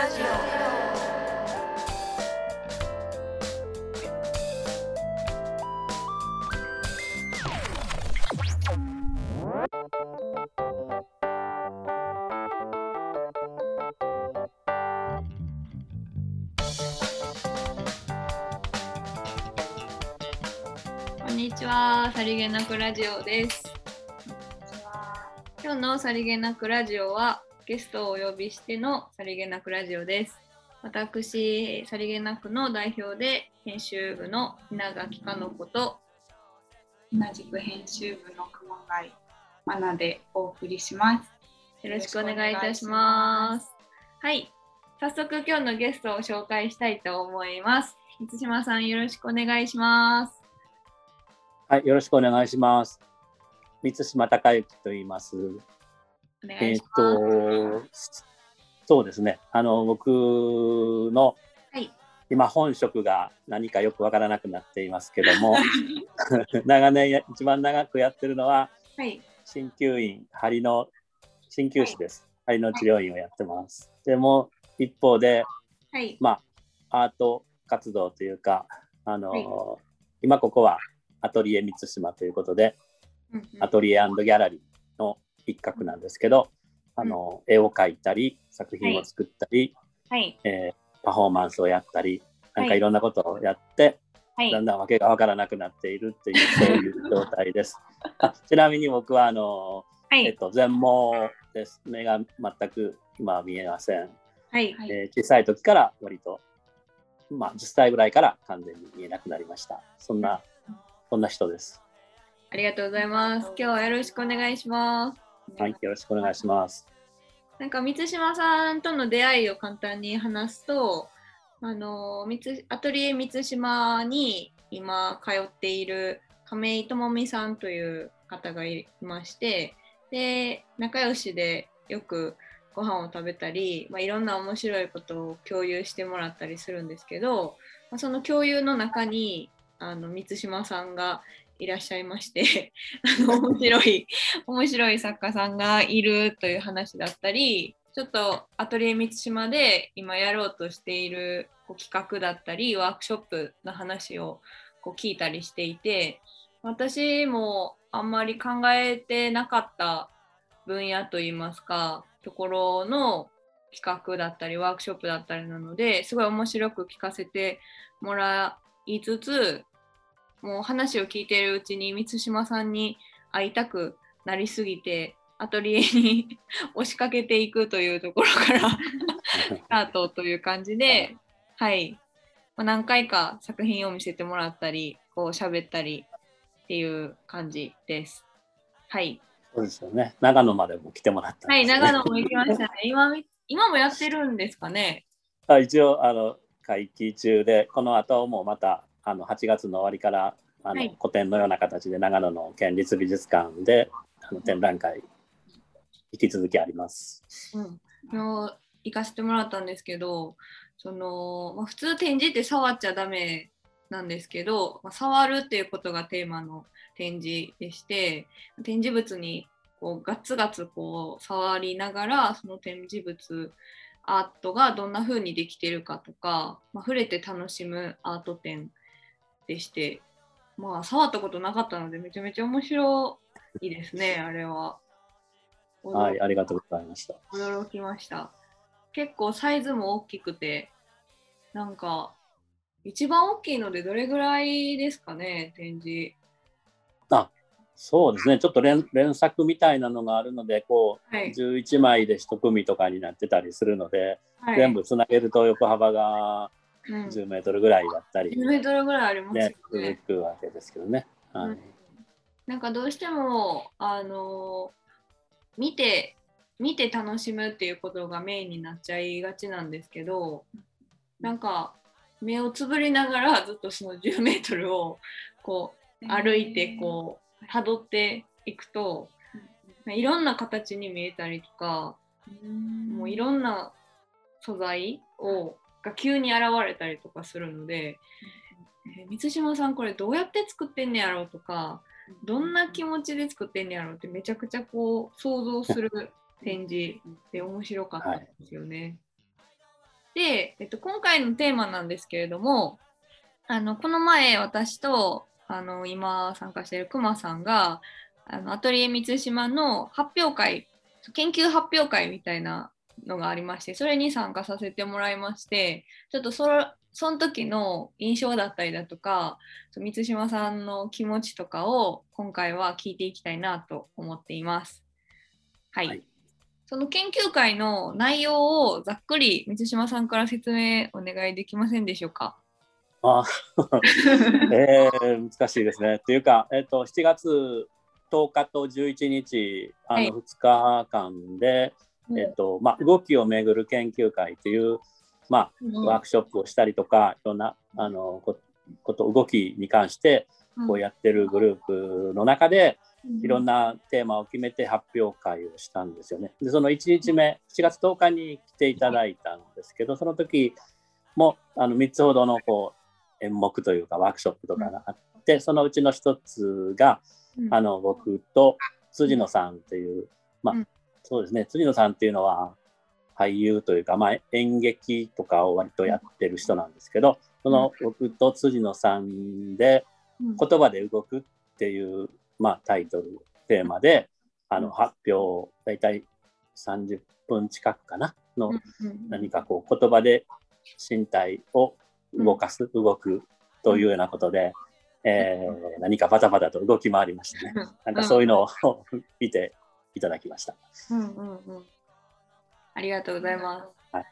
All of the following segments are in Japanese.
ラジこんにちは、さりげなくラジオです。今日のさりげなくラジオはゲストをお呼びしてのさりげなくラジオです。私、さりげなくの代表で編集部の稲垣かの子と同じく編集部の熊谷まなでお送りします。 よろしくお願いいたします。はい、早速今日のゲストを紹介したいと思います。満島さん、よろしくお願いします。 はい、よろしくお願いします。満島孝之と言います。 お願いします。 そうですね。僕の、 はい、 今本職が何かよくわからなくなっていますけども、長年一番長くやってるのは、 はい、 鍼灸院、鍼の鍼灸師です。鍼の治療院をやってます。でも一方で、 はい、 アート活動というか、今ここはアトリエ満島ということで、アトリエ&ギャラリーの一角なんですけど、絵を描いたり作品を作ったり、パフォーマンスをやったり、なんかいろんなことをやって、だんだんわけがわからなくなっているっていう、そういう状態です。ちなみに僕は全盲です。目が全く今は見えません。小さい時から割と、10歳ぐらいから完全に見えなくなりました。そんな人です。 ありがとうございます。今日はよろしくお願いします。 はい、よろしくお願いします。 なんか満島さんとの出会いを簡単に話すと、アトリエ満島に今通っている亀井智美さんという方がいまして、で仲良しでよくご飯を食べたり、いろんな面白いことを共有してもらったりするんですけど、その共有の中に満島さんがいらっしゃいまして面白い作家さんがいるという話だったり、ちょっとアトリエ満島で今やろうとしている企画だったりワークショップの話を聞いたりしていて、私もあんまり考えてなかった分野といいますかところの企画だったりワークショップだったりなので、すごい面白く聞かせてもらいつつ、もう話を聞いているうちに満島さんに会いたくなりすぎてアトリエに押しかけていくというところからスタートという感じで、何回か作品を見せてもらったり喋ったりっていう感じです。 そうですよね。長野までも来てもらったんですね。 長野も行きましたね。今もやってるんですかね。 一応会期中で、この後もまた8月の終わりから個展のような形で長野の県立美術館で展覧会引き続きあります。 行かせてもらったんですけど、普通展示って触っちゃダメなんですけど、触るっていうことがテーマの展示でして、展示物にガツガツ触りながら、その展示物アートがどんな風にできているかとか、触れて楽しむアート展でして、触ったことなかったのでめちゃめちゃ面白いですね。あれははい、ありがとうございました。 驚きました。結構サイズも大きくて、なんか一番大きいのでどれぐらいですかね、展示。 そうですね、ちょっと 連作みたいなのがあるので、11枚で1組とかになってたりするので、全部つなげると横幅が10メートルぐらいだったり、 10メートルぐらいありますよね。 続くわけですけどね。 なんかどうしても見て楽しむっていうことがメインになっちゃいがちなんですけど、なんか目をつぶりながらずっとその10メートルを歩いてたどっていくと、いろんな形に見えたりとか、もういろんな素材が急に現れたりとかするので、満島さんこれどうやって作ってんねやろうとか、どんな気持ちで作ってんねやろうってめちゃくちゃ想像する展示で面白かったんですよね。 で、今回のテーマなんですけれども、この前私と今参加しているくまさんがアトリエ満島の発表会、研究発表会みたいなのがありまして、それに参加させてもらいまして、ちょっとその時の印象だったりだとか、満島さんの気持ちとかを今回は聞いていきたいなと思っています。はい。はい、その研究会の内容をざっくり満島さんから説明お願いできませんでしょうか。 難しいですね。というか、7月10日と11日2日間で、動きをめぐる研究会という、ワークショップをしたりとか、いろんな動きに関してこうやってるグループの中で、いろんなテーマを決めて発表会をしたんですよね。でその1日目、7月10日に来ていただいたんですけど、その時も3つほどの演目というかワークショップとかがあって、そのうちの一つが、僕と辻野さんという、そうですね、辻野さんっていうのは俳優というか、演劇とかを割とやってる人なんですけど、その僕と辻野さんで言葉で動くっていう、タイトルテーマで発表、だいたい30分近くかなの、何か言葉で身体を動くというようなことで、何かバタバタと動き回りましたね。なんかそういうのを見ていただきました。 ありがとうございます。 はい、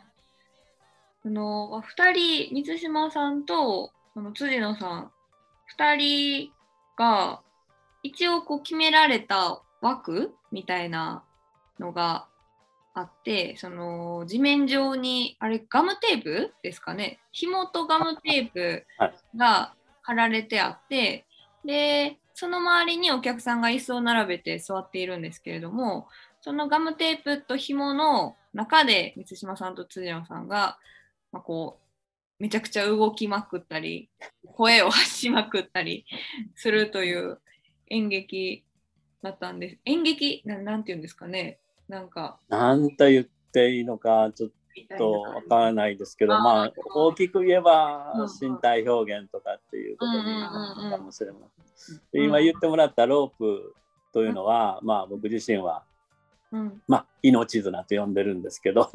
2人、満島さんと辻野さん、2人が一応決められた枠みたいなのがあって、地面上にガムテープですかね、紐とガムテープが貼られてあって、でその周りにお客さんが椅子を並べて座っているんですけれども、そのガムテープと紐の中で満島さんと辻野さんが、めちゃくちゃ動きまくったり声を発しまくったりするという演劇だったんです。演劇なんていうんですかね、なんと言っていいのかちょっとわからないですけど、大きく言えば身体表現とかっていうことになるかもしれません。今言ってもらったロープというのは、僕自身は、命綱と呼んでるんですけど、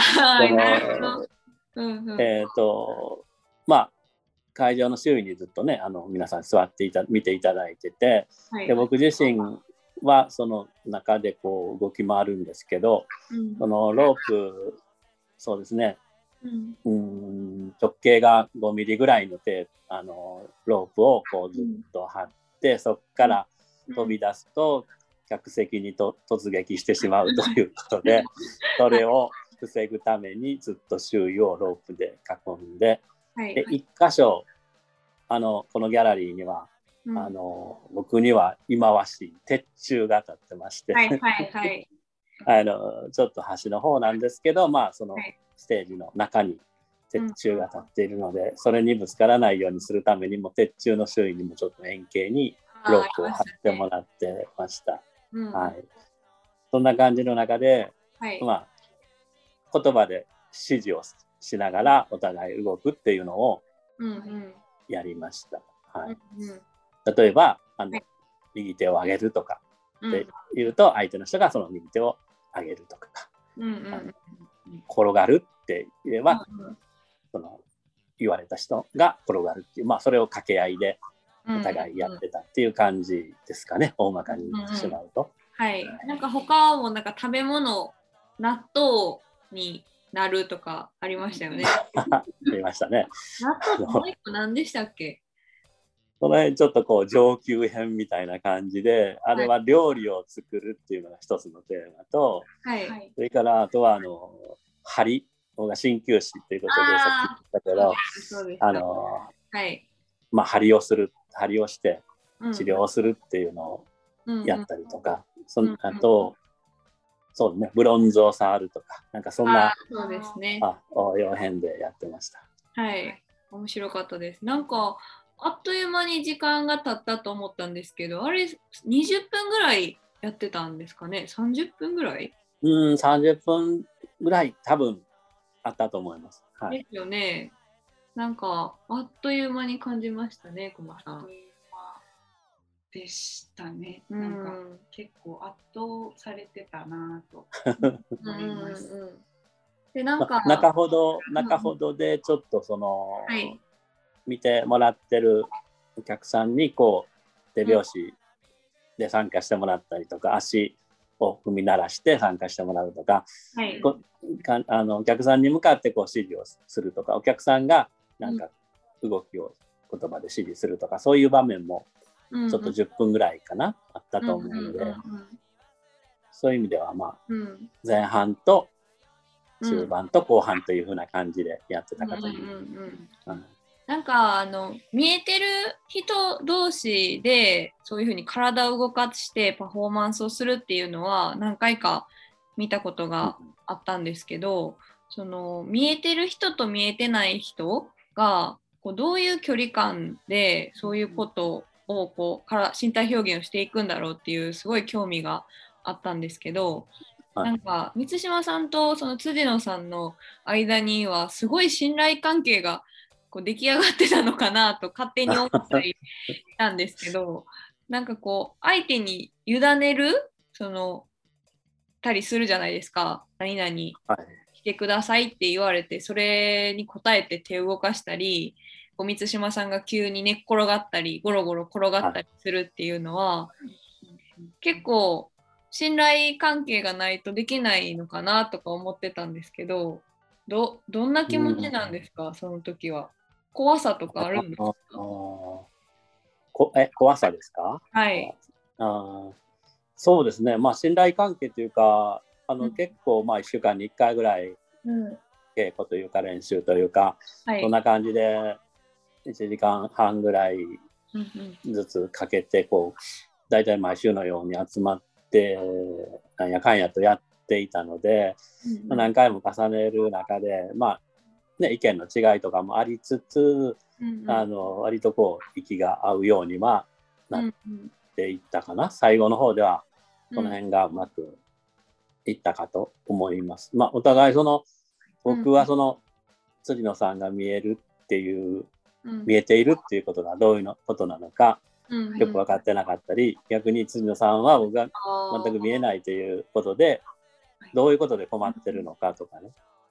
会場の周囲にずっとね皆さん座って見ていただいてて、で僕自身はその中で動き回るんですけど、そのロープ、そうですね、直径が5ミリぐらいのロープをずっと張って、そこから飛び出すと客席に突撃してしまうということでそれを防ぐためにずっと周囲をロープで囲んで、で1箇所このギャラリーには僕には忌まわしい鉄柱が立ってまして、ちょっと端の方なんですけど、そのステージの中に鉄柱が立っているので、それにぶつからないようにするためにも鉄柱の周囲にもちょっと円形にロープを張ってもらってました。そんな感じの中で、言葉で指示をしながらお互い動くっていうのをやりました。例えば右手を上げるとかって言うと、相手の人がその右手を上げるとか、転がるって言えば、その言われた人が転がるっていう、それを掛け合いでお互いやってたっていう感じですかね、大まかに言ってしまうと。 なんか他も食べ物、納豆になるとかありましたよね。 ありましたね。 納豆もう一個何でしたっけ？ その辺ちょっと上級編みたいな感じで、あれは料理を作るっていうのが一つのテーマと、それからあとは針が鍼灸師っていうことでさっき言ったけど、針をして治療をするっていうのをやったりとか、あとそうね、ブロンズを触るとか、なんかそんな応用編でやってました。 面白かったです。なんかあっという間に時間が経ったと思ったんですけど、あれ20分ぐらいやってたんですかね？30分ぐらい？ 30分ぐらい多分あったと思います。はい、 ですよね。なんかあっという間に感じましたね、駒さん。 あっという間でしたね。 うんなんか結構圧倒されてたなと思います。 で、なんか、 中ほどでちょっとその、 はい、 見てもらってるお客さんにこう手拍子で参加してもらったりとか、足を踏み鳴らして参加してもらうとか、 はい、 お客さんに向かってこう指示をするとか、お客さんがなんか動きを言葉で指示するとか、そういう場面もちょっと10分ぐらいかな、あったと思うので、そういう意味ではまあ、前半と中盤と後半という風な感じでやってたかと思います。 なんか見えてる人同士でそういうふうに体を動かしてパフォーマンスをするっていうのは何回か見たことがあったんですけど、その見えてる人と見えてない人がこうどういう距離感でそういうことをこうから身体表現をしていくんだろうっていうすごい興味があったんですけど、なんか満島さんとその辻野さんの間にはすごい信頼関係がこう出来上がってたのかなと勝手に思ったりしたんですけど、なんかこう相手に委ねるそのたりするじゃないですか。何々してくださいって言われてそれに応えて手を動かしたり、こう満島さんが急に寝っ転がったりゴロゴロ転がったりするっていうのは、結構信頼関係がないとできないのかなとか思ってたんですけど、どんな気持ちなんですか、その時は。怖さとかあるんですか？ 怖さですか？ はい。 そうですね、まあ、信頼関係というか結構まあ1週間に1回ぐらい稽古というか練習というか、そんな感じで1時間半ぐらいずつかけてこう大体毎週のように集まってなんやかんやとやっていたので、何回も重ねる中で、まあね、意見の違いとかもありつつ、割とこう息が合うようにはなっていったかな。最後の方ではこの辺がうまくいったかと思います。まあ、お互いその僕はその辻野さんが見えるっていう、見えているっていうことがどういうことなのかよく分かってなかったり、逆に辻野さんは僕が全く見えないということでどういうことで困ってるのかとかね、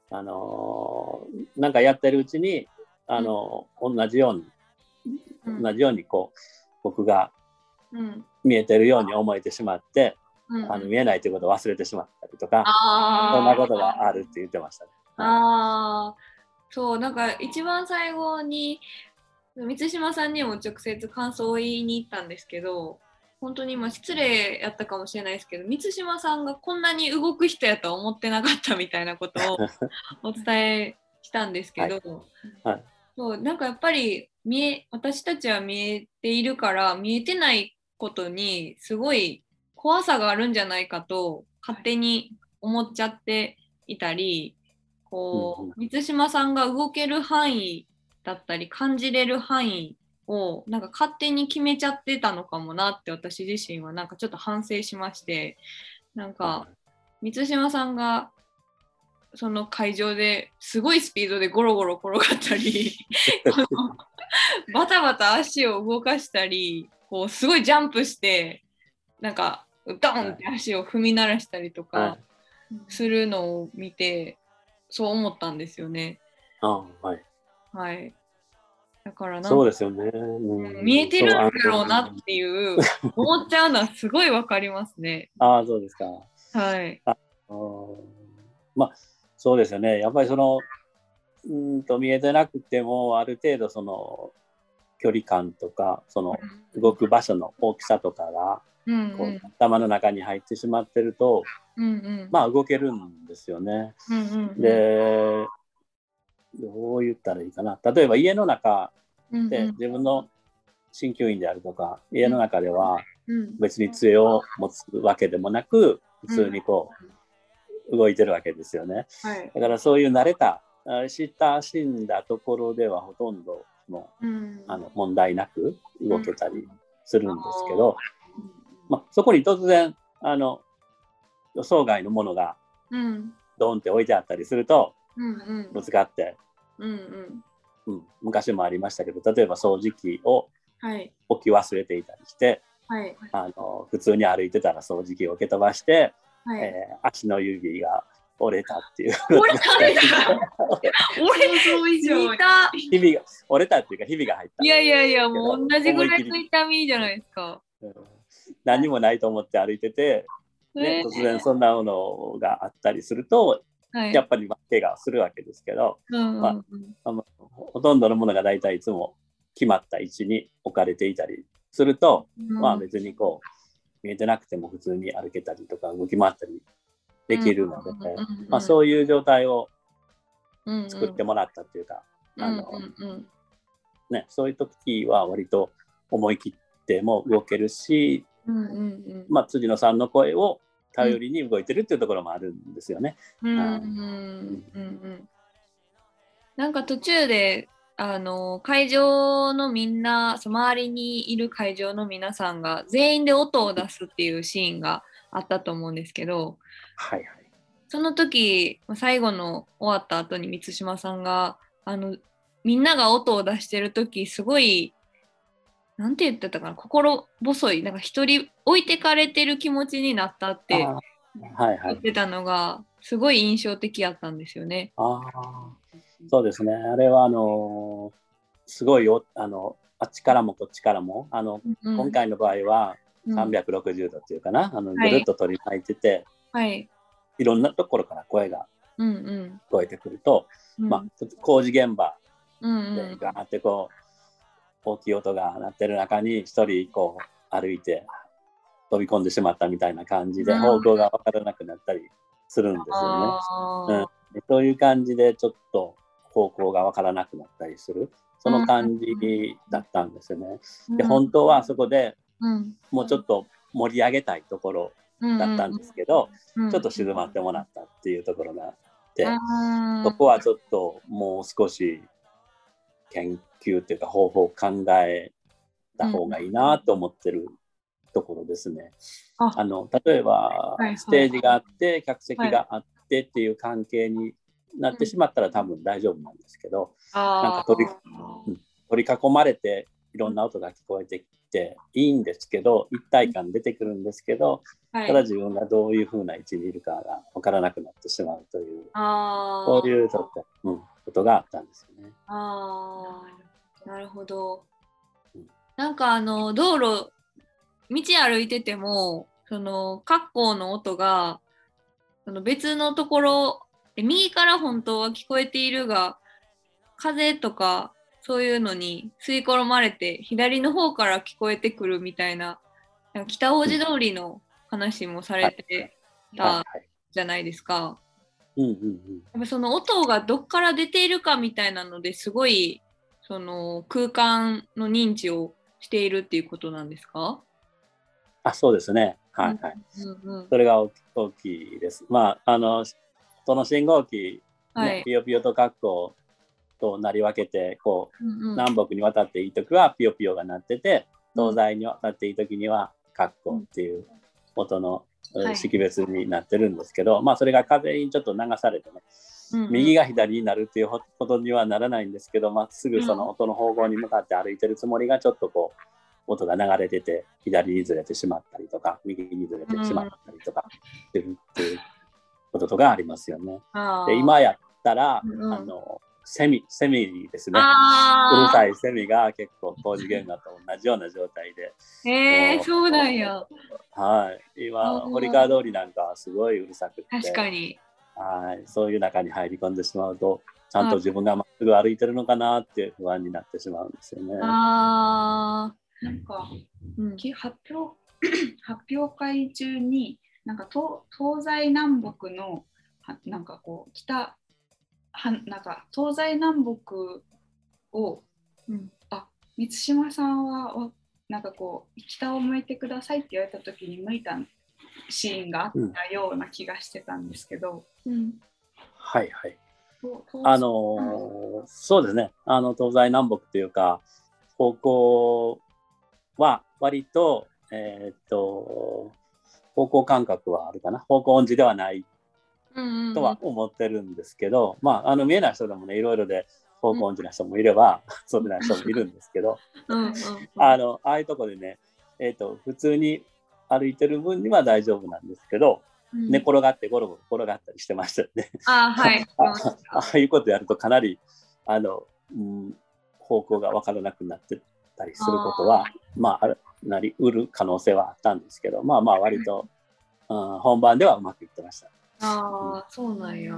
なんかやってるうちに同じようにこう僕が見えてるように思えてしまって、見えないということを忘れてしまったりとか、そんなことがあるって言ってましたね。 そう、なんか一番最後に満島さんにも直接感想を言いに行ったんですけど、本当に失礼やったかもしれないですけど、満島さんがこんなに動く人やとは思ってなかったみたいなことをお伝えしたんですけど、そうなんかやっぱり私たちは見えているから見えてないことにすごい怖さがあるんじゃないかと勝手に思っちゃっていたり、こう満島さんが動ける範囲だったり感じれる範囲をなんか勝手に決めちゃってたのかもなって私自身はなんかちょっと反省しまして、なんか満島さんがその会場ですごいスピードでゴロゴロ転がったりバタバタ足を動かしたり、こうすごいジャンプしてなんかドンって足を踏み鳴らしたりとかするのを見てそう思ったんですよね。はい。だからなんかそうですよね、 見えてるんだろうなっていう思っちゃうのはすごいわかりますね。 そうですか。 はい。 まあそうですよね。やっぱりその見えてなくてもある程度その距離感とかその動く場所の大きさとかがこう頭の中に入ってしまってると、まあ動けるんですよね。でどう言ったらいいかな。例えば家の中で自分の鍼灸院であるとか家の中では別に杖を持つわけでもなく普通にこう動いてるわけですよね。だからそういう慣れた親しんだところではほとんどの問題なく動けたりするんですけど、そこに突然予想外のものがドンって置いてあったりすると、 ぶつかって、昔もありましたけど、例えば掃除機を置き忘れていたりして、普通に歩いてたら掃除機を受け飛ばして、足の指が折れたっていう。 折れたみたいな。想像以上に。 ひびが折れたっていうか、ひびが入った。 いや、もう同じぐらいの痛みじゃないですか。 何もないと思って歩いてて、突然そんなものがあったりすると、やっぱり怪我をするわけですけど、ほとんどのものがだいたいいつも決まった位置に置かれていたりすると、別にこう見えてなくても普通に歩けたりとか動き回ったりできるので、そういう状態を作ってもらったっていうか、そういう時は割と思い切っても動けるし、辻野さんの声を頼りに動いてるっていうところもあるんですよね。 なんか途中で会場のみんな、周りにいる会場の皆さんが全員で音を出すっていうシーンがあったと思うんですけど、その時最後の終わった後に満島さんがみんなが音を出してる時すごいなんて言ってたかな、心細い、なんか一人置いてかれてる気持ちになったって言ってたのがすごい印象的やったんですよね。 そうですね。あれはすごいあっちからもこっちからも今回の場合は360度っていうかな、ぐるっと取り巻いてて、いろんなところから声が聞こえてくると、工事現場でガーってこう大きい音が鳴ってる中に一人こう歩いて飛び込んでしまったみたいな感じで方向が分からなくなったりするんですよね。そういう感じでちょっと方向が分からなくなったりする、その感じだったんですよね。で本当はそこでもうちょっと盛り上げたいところだったんですけど、ちょっと静まってもらったっていうところがあって、そこはちょっともう少し研究っていうか方法を考えた方がいいなと思ってるところですね。例えばステージがあって客席があってっていう関係になってしまったら多分大丈夫なんですけど、なんか取り囲まれていろんな音が聞こえてきていいんですけど、一体感出てくるんですけど、ただ自分がどういう風な位置にいるかが分からなくなってしまうという、そういうちょっと、ことがあったんですよね。 なるほど。なんか道路歩いてても格好の音が別のところで右から本当は聞こえているが風とかそういうのに吸い込まれて左の方から聞こえてくるみたいな、北大路通りの話もされてたじゃないですか。やっぱその音がどっから出ているかみたいなのですごいその空間の認知をしているっていうことなんですか？ そうですね。それが大きいです。その信号機、ピヨピヨと格好となり分けてこう、南北に渡っていいときはピヨピヨが鳴ってて、東西に渡っていいときには格好っていう音の識別になってるんですけど、それが風にちょっと流されてね、右が左になるっていうほどにはならないんですけど、まっすぐその音の方向に向かって歩いてるつもりがちょっとこう音が流れてて左にずれてしまったりとか右にずれてしまったりとかっていうこととかありますよね。で今やったら、セミですね。うるさいセミが結構工事現場と同じような状態で。 そうなんや。 今堀川通りなんかはすごいうるさくて、 確かに。 そういう中に入り込んでしまうとちゃんと自分がまっすぐ歩いてるのかなって不安になってしまうんですよね。 なんか、発表会中になんか東西南北のなんかこうなんか東西南北を、満島さんはなんかこう北を向いてくださいって言われた時に向いたシーンがあったような気がしてたんですけど、 そうですね。東西南北というか方向は割と方向感覚はあるかな。方向音痴ではないとは思ってるんですけど、まあ、見えない人でもねいろいろで方向音痴な人もいれば、そうでない人もいるんですけどああいうとこでね、普通に歩いてる分には大丈夫なんですけど、寝転がってゴロゴロ転がったりしてましたよね。 はい、 ああいうことやるとかなり方向が分からなくなってたりすることはまあなりうる可能性はあったんですけど、まあまあ割と、本番ではうまくいってました。 そうなんや。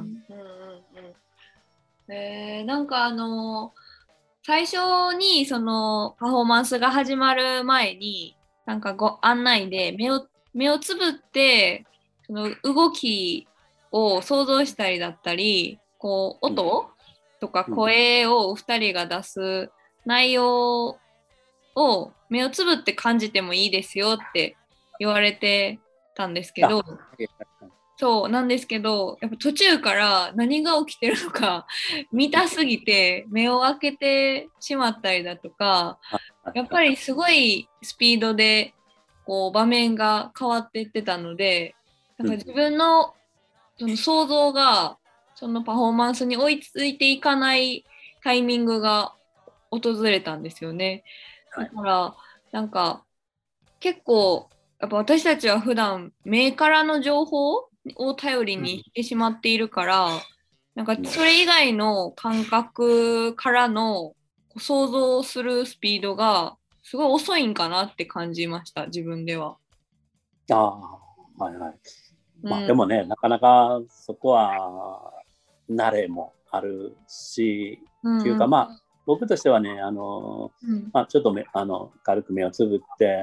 なんか最初にそのパフォーマンスが始まる前になんか案内で目をつぶってその動きを想像したりだったり、こう音とか声を2人が出す内容を目をつぶって感じてもいいですよって言われてたんですけど、そうなんですけど、やっぱ途中から何が起きてるのか見たすぎて目を開けてしまったりだとか、やっぱりすごいスピードでこう場面が変わっていってたので、なんか自分のその想像がそのパフォーマンスに追いついていかないタイミングが訪れたんですよね。だからなんか結構やっぱ私たちは普段目からの情報を頼りにしてしまっているから、なんかそれ以外の感覚からの想像するスピードがすごい遅いんかなって感じました、自分では。 はいはい。まあでもね、なかなかそこは慣れもあるし、っていうかまあ僕としてはね、まあ、ちょっと軽く目をつぶって、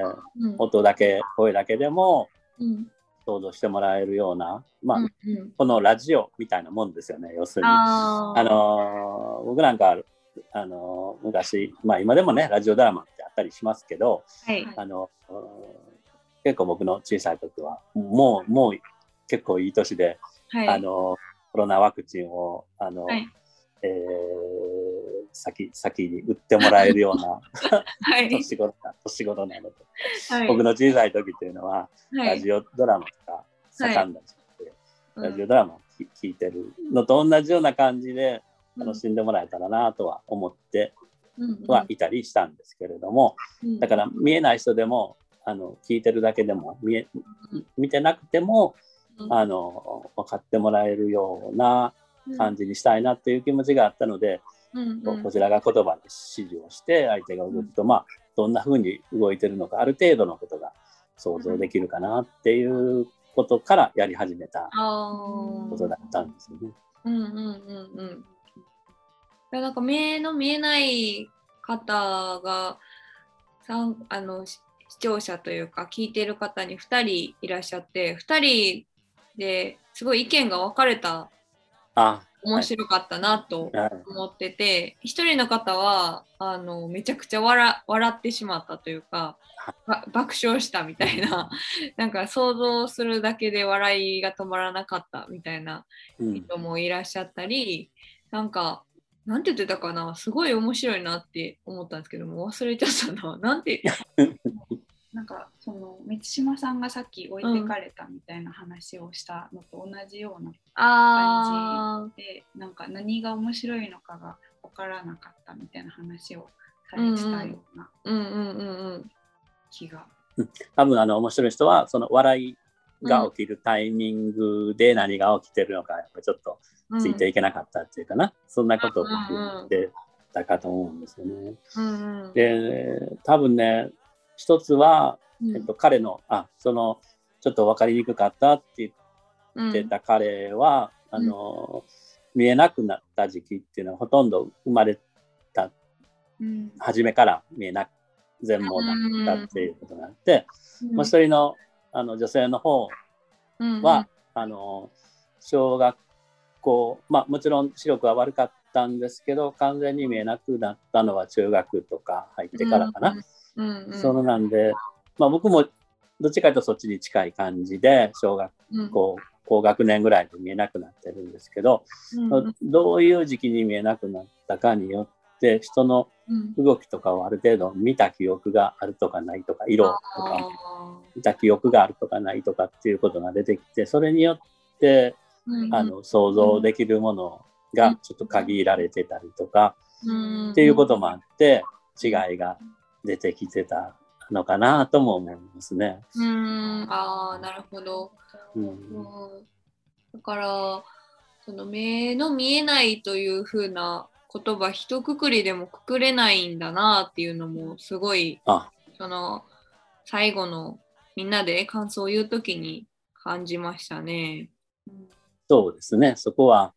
音だけ声だけでも想像してもらえるような、まあこのラジオみたいなもんですよね、要するに。僕なんか昔、まあ今でもねラジオドラマってあったりしますけど、結構僕の小さい時はもう結構いい年で、コロナワクチンを先に売ってもらえるような年頃なので、僕の小さい時というのは、ラジオドラマとか盛んだし、ラジオドラマを聞いてるのと同じような感じで楽しんでもらえたらなとは思ってはいたりしたんですけれども、だから見えない人でも聞いてるだけでも見てなくても分かってもらえるような感じにしたいなっていう気持ちがあったので、こちらが言葉で指示をして相手が動くと、まあどんな風に動いてるのかある程度のことが想像できるかなっていうことからやり始めたことだったんですよね。 なんか目の見えない方が視聴者というか聞いてる方に2人いらっしゃって、2人ですごい意見が分かれた面白かったなと思ってて、一人の方はめちゃくちゃ笑ってしまったというか爆笑したみたいななんか想像するだけで笑いが止まらなかったみたいな人もいらっしゃったり、なんかなんて言ってたかな、すごい面白いなって思ったんですけども忘れちゃったな。なんてなんかその満島さんがさっき置いてかれたみたいな話をしたのと同じような感じで、なんか何が面白いのかが分からなかったみたいな話をされてたような気が。 多分面白い人はその笑いが起きるタイミングで何が起きてるのかやっぱちょっとついていけなかったっていうかな、そんなことを言ってたかと思うんですよね。で多分ね一つは、彼のそのちょっと分かりにくかったって言ってた彼は、見えなくなった時期っていうのはほとんど生まれた、初めから見えなく全盲だったっていうことがあって、もう一人の女性の方は、小学校、まあもちろん視力は悪かったんですけど完全に見えなくなったのは中学とか入ってからかな。そうなんで、まあ、僕もどっちかというとそっちに近い感じで小学校、高学年ぐらいで見えなくなってるんですけど、どういう時期に見えなくなったかによって人の動きとかをある程度見た記憶があるとかないとか色とか見た記憶があるとかないとかっていうことが出てきて、それによって想像できるものがちょっと限られてたりとか、っていうこともあって違いが出てきてたのかなとも思いますね。 ああ、なるほど。だからその目の見えないというふうな言葉一括りでもくくれないんだなっていうのもすごいその最後のみんなで感想を言うときに感じましたね。 そうですね。そこは、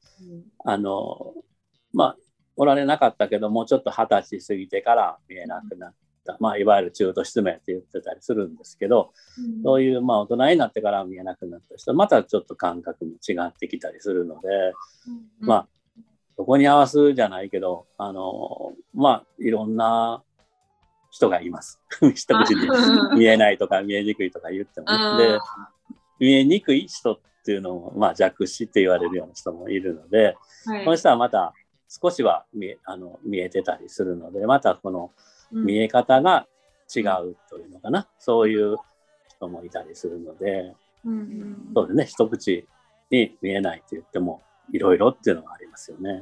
まあおられなかったけどもうちょっと20歳過ぎてから見えなくなった、いわゆる中途失明って言ってたりするんですけど、そういう大人になってから見えなくなった人またちょっと感覚も違ってきたりするので、そこに合わすじゃないけどいろんな人がいます一口に見えないとか見えにくいとか言っても、で見えにくい人っていうのも、弱視って言われるような人もいるので、この人はまた少しは見えてたりするので、またこの見え方が違うというのかな、そういう人もいたりするので、そうですね、一口に見えないと言ってもいろいろっていうのがありますよね。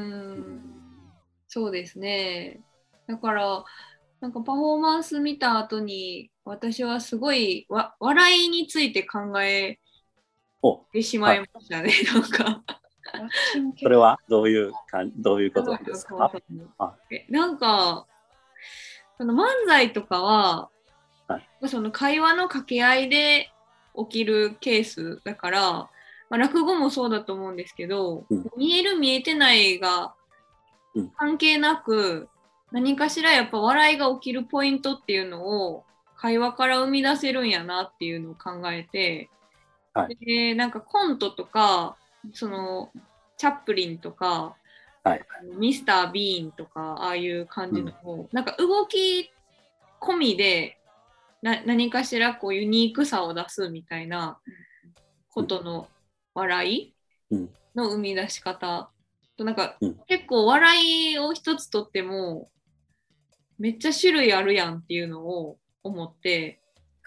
そうですね。だからなんかパフォーマンス見た後に私はすごい笑いについて考えてしまいましたね。なんかそれはどういうことですか？ なんかその漫才とかは、その会話の掛け合いで起きるケースだから、落語もそうだと思うんですけど、見える見えてないが関係なく、何かしらやっぱ笑いが起きるポイントっていうのを会話から生み出せるんやなっていうのを考えて、でなんかコントとかそのチャップリンとか、ミスター・ビーンとかああいう感じの、なんか動き込みで何かしらこうユニークさを出すみたいなことの笑いの生み出し方と、なんか結構笑いを一つとってもめっちゃ種類あるやんっていうのを思って、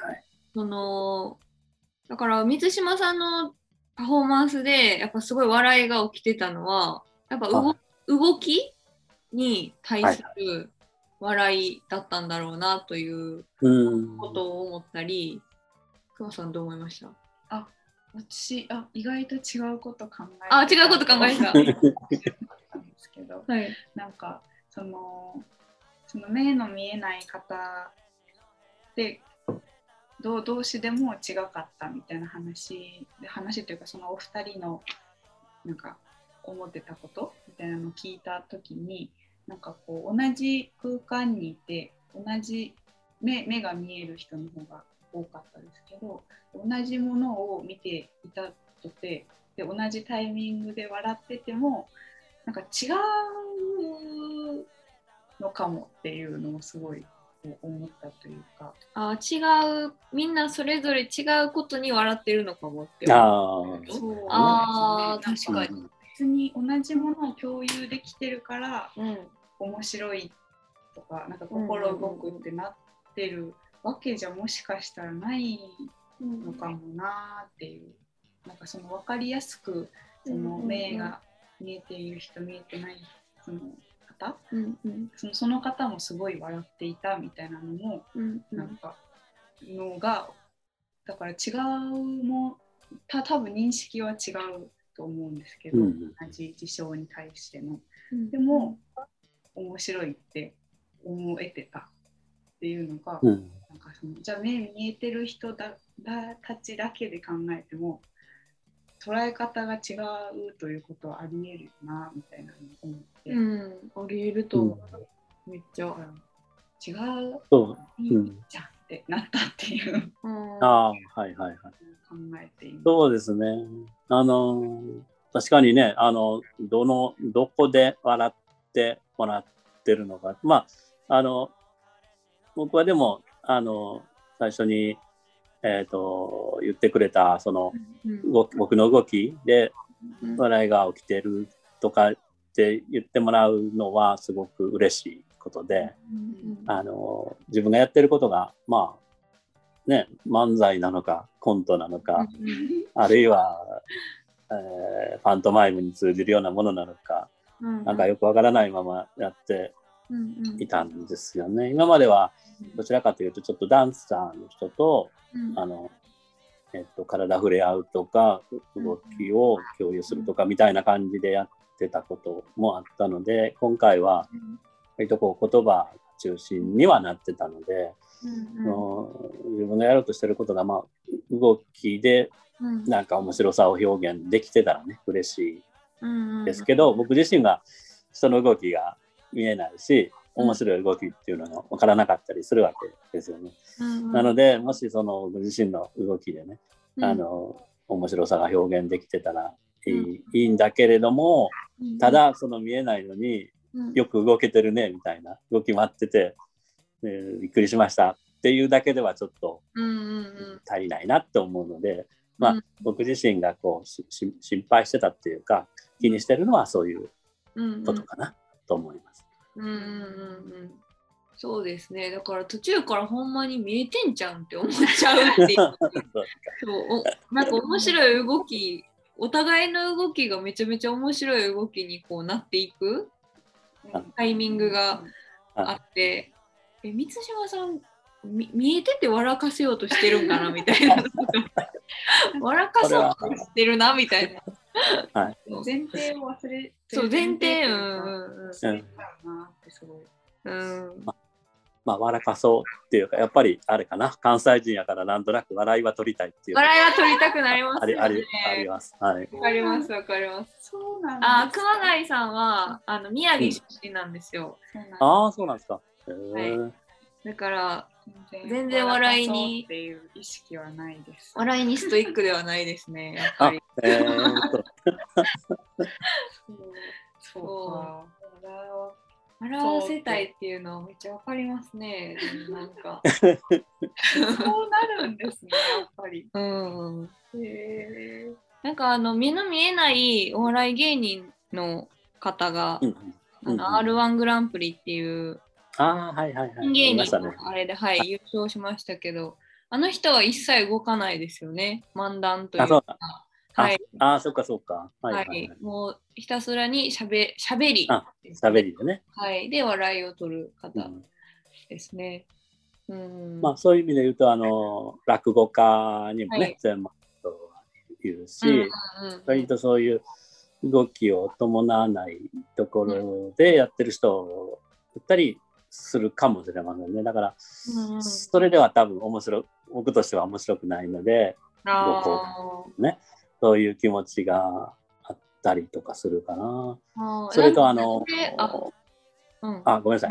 だから満島さんのパフォーマンスでやっぱすごい笑いが起きてたのはやっぱ動きに対する笑いだったんだろうなということを思ったり、熊さんどう思いました？ 私意外と違うこと考えた。違うこと考えたんですけど、なんかその目の見えない方で同士でも違かったみたいな話というか、そのお二人のなんか思ってたことみたいなのを聞いた時に、なんかこう同じ空間にいて同じ目が見える人の方が多かったですけど、同じものを見ていたとてで同じタイミングで笑っててもなんか違うのかもっていうのをすごい思ったというか、 違う、みんなそれぞれ違うことに笑ってるのかもって思う。確かに別に同じものを共有できてるから、面白いとかなんか心動くってなってるわけじゃもしかしたらないのかもなっていう、なんかその分かりやすくその目が見えている人見えてないその方、その方もすごい笑っていたみたいなのも、なんかのがだから違うも多分認識は違うと思うんですけど、同じ事象に対しての、でも面白いって思えてたっていうのが、なんかじゃあ目見えてる人たちだけで考えても捉え方が違うということはありえるなみたいなのを思って、 ありえると思う。めっちゃ違うじゃんってなったっていう考えています。 そうですね。確かにね、どこで笑ってもらってるのか、僕はでも最初に言ってくれたその僕の動きで笑いが起きてるとかって言ってもらうのはすごく嬉しいことで、自分がやってることが漫才なのかコントなのか、あるいはパントマイムに通じるようなものなのか、なんかよくわからないままやっていたんですよね。今まではどちらかというとちょっとダンサーの人と、体触れ合うとか動きを共有するとかみたいな感じでやってたこともあったので、今回は割とこう言葉中心にはなってたので、自分がやろうとしてることが、まあ、動きでなんか面白さを表現できてたらね嬉しいですけど、僕自身が人の動きが見えないし面白い動きっていうのが分からなかったりするわけですよね。なのでもしそのご自身の動きでね、面白さが表現できてたらいいんだけれども、ただその見えないのによく動けてるねみたいな、動き回ってて、びっくりしましたっていうだけではちょっと足りないなって思うので、まあ、僕自身がこう心配してたっていうか気にしてるのはそういうことかなと思います。 そうですね。だから途中からほんまに見えてんじゃんって思っちゃうっていうそうなんか面白い動き、お互いの動きがめちゃめちゃ面白い動きにこうなっていくタイミングがあって、満島さん見えてて笑かせようとしてるんかなみたいな笑かそうとしてるなみたいなはい、前提を忘れてそう前提まあ笑かそうっていうか、やっぱりあれかな、関西人やからなんとなく笑いは取りたいっていう、 笑いは取りたくなりますよね。 あります。はい。 わかります。 そうなんです。 熊谷さんは宮城出身なんですよ。 そうなんですか。 はい。だから全然笑いにっていう意識はないです。 笑いにストイックではないですね。やっぱり。そう。笑わせたいっていうのはめっちゃわかりますね。なんかそうなるんですね、やっぱり。 なんか目の見えないお笑い芸人の方が、R1 グランプリっていう芸人のあれで、優勝しましたけど、あの人は一切動かないですよね。漫談というか。 そっかそっか。 もうひたすらにしゃべり。 しゃべりでね。 で笑いを取る方ですね。 まあそういう意味で言うと落語家にもね、全部いるし、割とそういう動きを伴わないところでやってる人だったりするかもしれませんね。だから、それでは多分僕としては面白くないので、ね、そういう気持ちがあったりとかするかな。それとごめんなさい。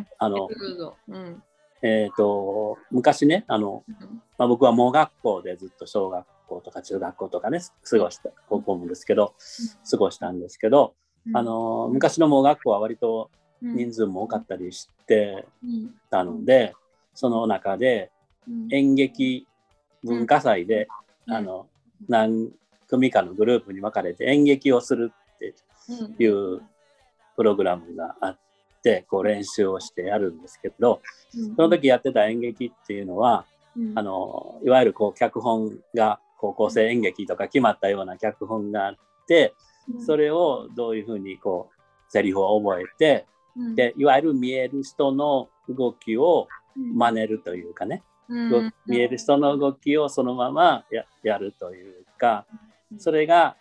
昔ね、僕は盲学校でずっと小学校とか中学校とかね高校もですけど過ごしたんですけど、昔の盲学校は割と人数も多かったりしてたので、その中で演劇文化祭で何組かのグループに分かれて演劇をするっていうプログラムがあって、こう練習をしてやるんですけど、その時やってた演劇っていうのは、いわゆるこう脚本が高校生演劇とか決まったような脚本があって、それをどういうふうにこうセリフを覚えて、でいわゆる見える人の動きを真似るというかね、見える人の動きをそのまま やるというか、それが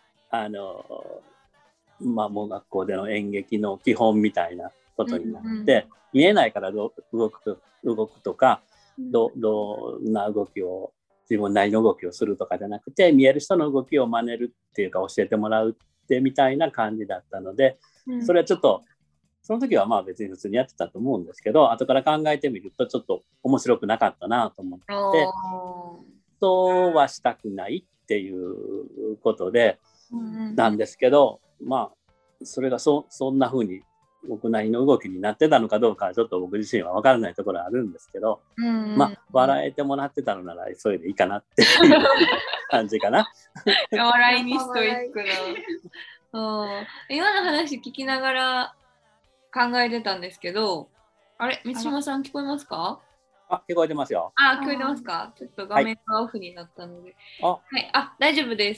盲学校での演劇の基本みたいなことになって、見えないから動くとか、どんな動きを自分なりの動きをするとかじゃなくて、見える人の動きを真似るっていうか教えてもらうってみたいな感じだったので、それはちょっとその時はまあ別に普通にやってたと思うんですけど、後から考えてみるとちょっと面白くなかったなと思って、そうはしたくないっていうことでなんですけど、まあそれがそんな風に僕なりの動きになってたのかどうかはちょっと僕自身は分からないところはあるんですけど、まあ笑えてもらってたのならそれでいいかなっていう感じかな。 笑いにストイックな今の話聞きながら考えてたんですけど、あれ、満島さん聞こえますか？ 聞こえてますよ。 聞こえてますか？ちょっと画面がオフになったので。大丈夫です。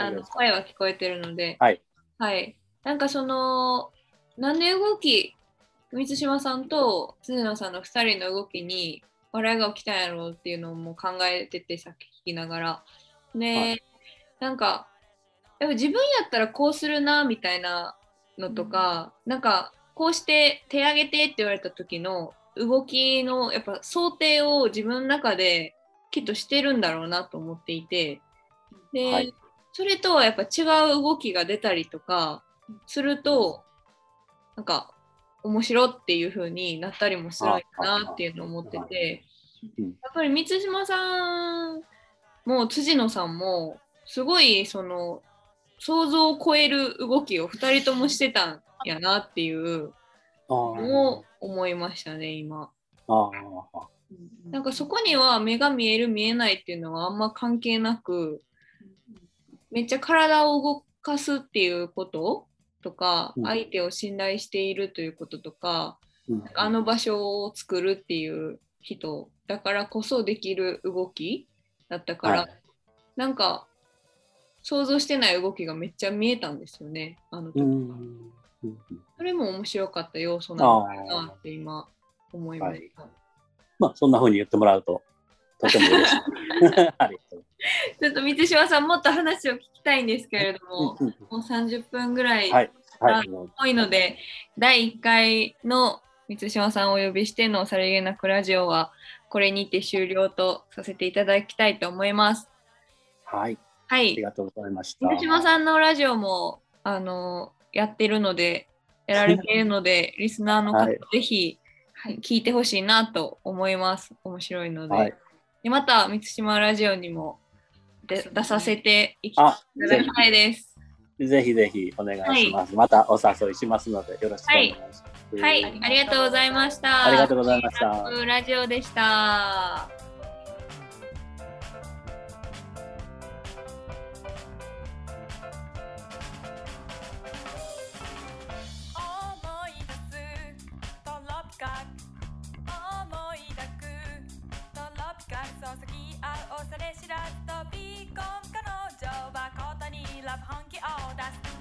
声は聞こえてるので、 はい。 はい。なんかなんで満島さんと常野さんの2人の動きに笑いが起きたんやろうっていうのをもう考えてて、さっき聞きながら。ね、はい、なんか、やっぱ自分やったらこうするなみたいなのとか、なんかこうして手挙げてって言われた時の動きのやっぱ想定を自分の中できっとしてるんだろうなと思っていて、で、はい、それとはやっぱ違う動きが出たりとかするとなんか面白っていう風になったりもするんだなっていうのを思ってて、やっぱり満島さんも辻野さんもすごい想像を超える動きを2人ともしてたんやなっていうのを思いましたね今。なんかそこには目が見える見えないっていうのはあんま関係なく、めっちゃ体を動かすっていうこととか、相手を信頼しているということとか、あの場所を作るっていう人だからこそできる動きだったから、なんか想像してない動きがめっちゃ見えたんですよね、あの時。それも面白かった要素なのかなって今思いました。 まあそんな風に言ってもらうととても嬉しい。 ちょっと満島さんもっと話を聞きたいんですけれども、もう30分ぐらい多いので、第1回の満島さんをお呼びしてのさりげなくラジオはこれにて終了とさせていただきたいと思います。 はい。 はい。 ありがとうございました。 満島さんのラジオもやってるので、やられているので、リスナーの方、ぜひ聞いてほしいなと思います。面白いので。でまた満島ラジオにも出させていただきたいです。 ぜひぜひお願いします。またお誘いしますのでよろしくお願いします。 はい、ありがとうございました。 ありがとうございました。 ラジオでした。それ知らず飛び込む彼女はことにラブ本気を出す